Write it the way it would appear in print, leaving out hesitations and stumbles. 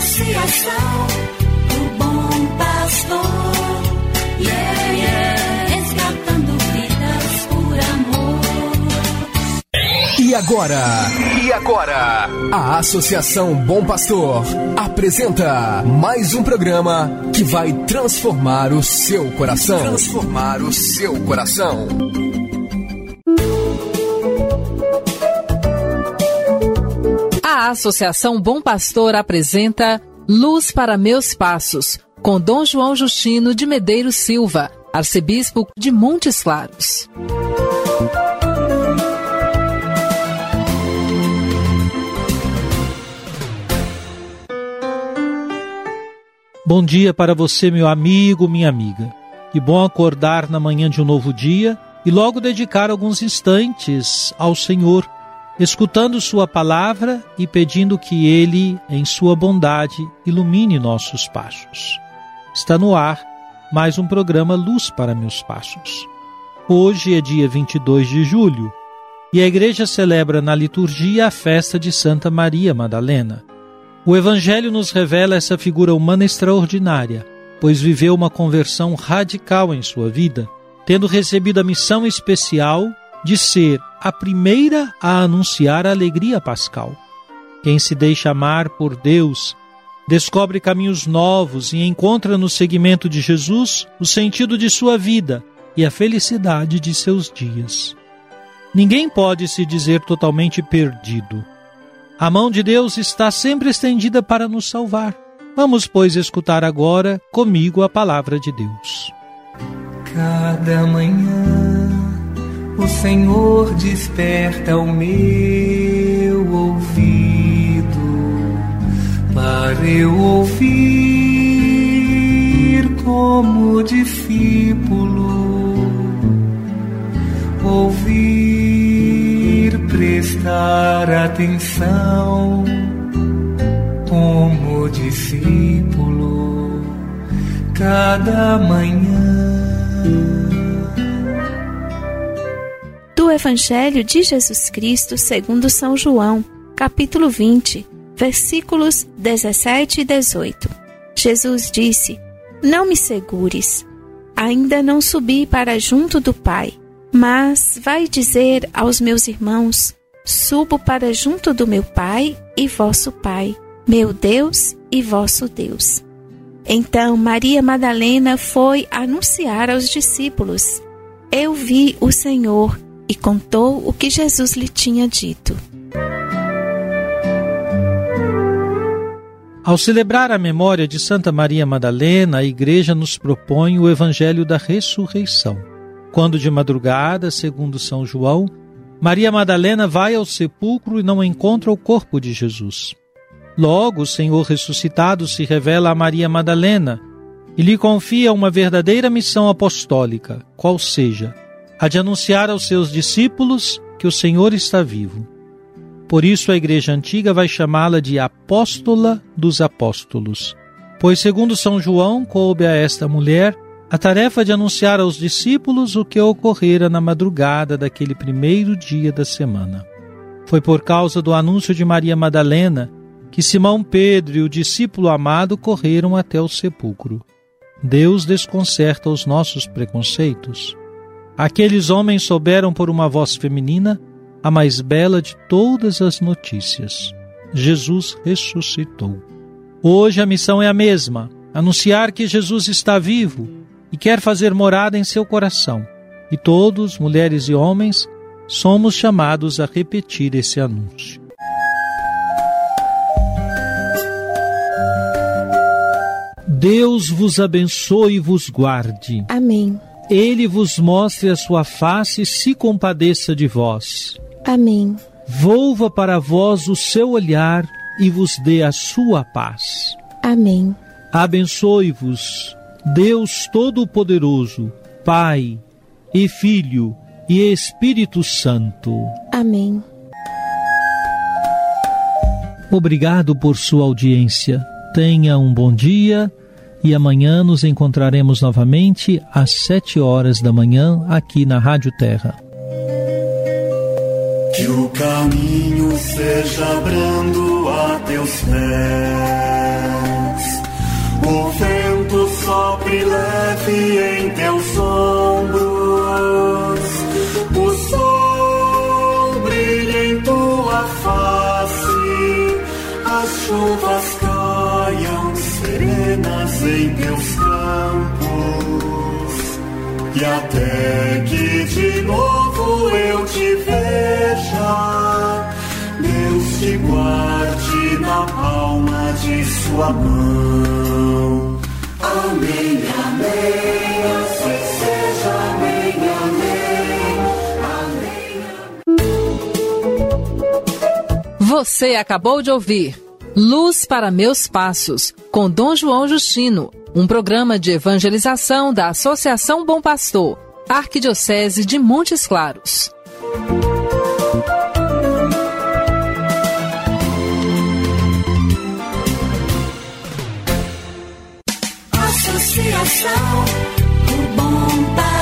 Associação do Bom Pastor, resgatando vidas por amor. E agora, a Associação Bom Pastor apresenta mais um programa que vai transformar o seu coração. A Associação Bom Pastor apresenta Luz para Meus Passos, com Dom João Justino de Medeiros Silva, arcebispo de Montes Claros. Bom dia para você, meu amigo, minha amiga. Que bom acordar na manhã de um novo dia e logo dedicar alguns instantes ao Senhor, escutando sua palavra e pedindo que Ele, em sua bondade, ilumine nossos passos. Está no ar mais um programa Luz para Meus Passos. Hoje é dia 22 de julho e a igreja celebra na liturgia a festa de Santa Maria Madalena. O Evangelho nos revela essa figura humana extraordinária, pois viveu uma conversão radical em sua vida, tendo recebido a missão especial de ser a primeira a anunciar a alegria pascal. Quem se deixa amar por Deus descobre caminhos novos e encontra no seguimento de Jesus o sentido de sua vida e a felicidade de seus dias. Ninguém pode se dizer totalmente perdido. A mão de Deus está sempre estendida para nos salvar. Vamos, pois, escutar agora comigo a palavra de Deus. Cada manhã o Senhor desperta o meu ouvido para eu ouvir como discípulo, ouvir, prestar atenção como discípulo, cada manhã. Do Evangelho de Jesus Cristo segundo São João, capítulo 20, versículos 17 e 18. Jesus disse: Não me segures, ainda não subi para junto do Pai, mas vai dizer aos meus irmãos: Subo para junto do meu Pai e vosso Pai, meu Deus e vosso Deus. Então Maria Madalena foi anunciar aos discípulos: Eu vi o Senhor, e contou o que Jesus lhe tinha dito. Ao celebrar a memória de Santa Maria Madalena, a Igreja nos propõe o Evangelho da Ressurreição. Quando de madrugada, segundo São João, Maria Madalena vai ao sepulcro e não encontra o corpo de Jesus. Logo, o Senhor ressuscitado se revela a Maria Madalena e lhe confia uma verdadeira missão apostólica, qual seja, a de anunciar aos seus discípulos que o Senhor está vivo. Por isso a Igreja Antiga vai chamá-la de Apóstola dos Apóstolos, pois segundo São João coube a esta mulher a tarefa de anunciar aos discípulos o que ocorrera na madrugada daquele primeiro dia da semana. Foi por causa do anúncio de Maria Madalena que Simão Pedro e o discípulo amado correram até o sepulcro. Deus desconcerta os nossos preconceitos. Aqueles homens souberam por uma voz feminina a mais bela de todas as notícias. Jesus ressuscitou. Hoje a missão é a mesma, anunciar que Jesus está vivo e quer fazer morada em seu coração. E todos, mulheres e homens, somos chamados a repetir esse anúncio. Deus vos abençoe e vos guarde. Amém. Ele vos mostre a sua face e se compadeça de vós. Amém. Volva para vós o seu olhar e vos dê a sua paz. Amém. Abençoe-vos, Deus Todo-Poderoso, Pai e Filho e Espírito Santo. Amém. Obrigado por sua audiência. Tenha um bom dia. E amanhã nos encontraremos novamente às 7 horas da manhã aqui na Rádio Terra. Que o caminho seja brando a teus pés. O vento sopre leve em teus ombros, o sol brilha em tua face, as chuvas caiam serenas em teus campos, e até que de novo eu te veja, Deus te guarde na palma de sua mão. Amém, amém, assim seja, amém, amém, amém. Você acabou de ouvir Luz para Meus Passos, com Dom João Justino, um programa de evangelização da Associação Bom Pastor, Arquidiocese de Montes Claros. Associação do Bom Pastor.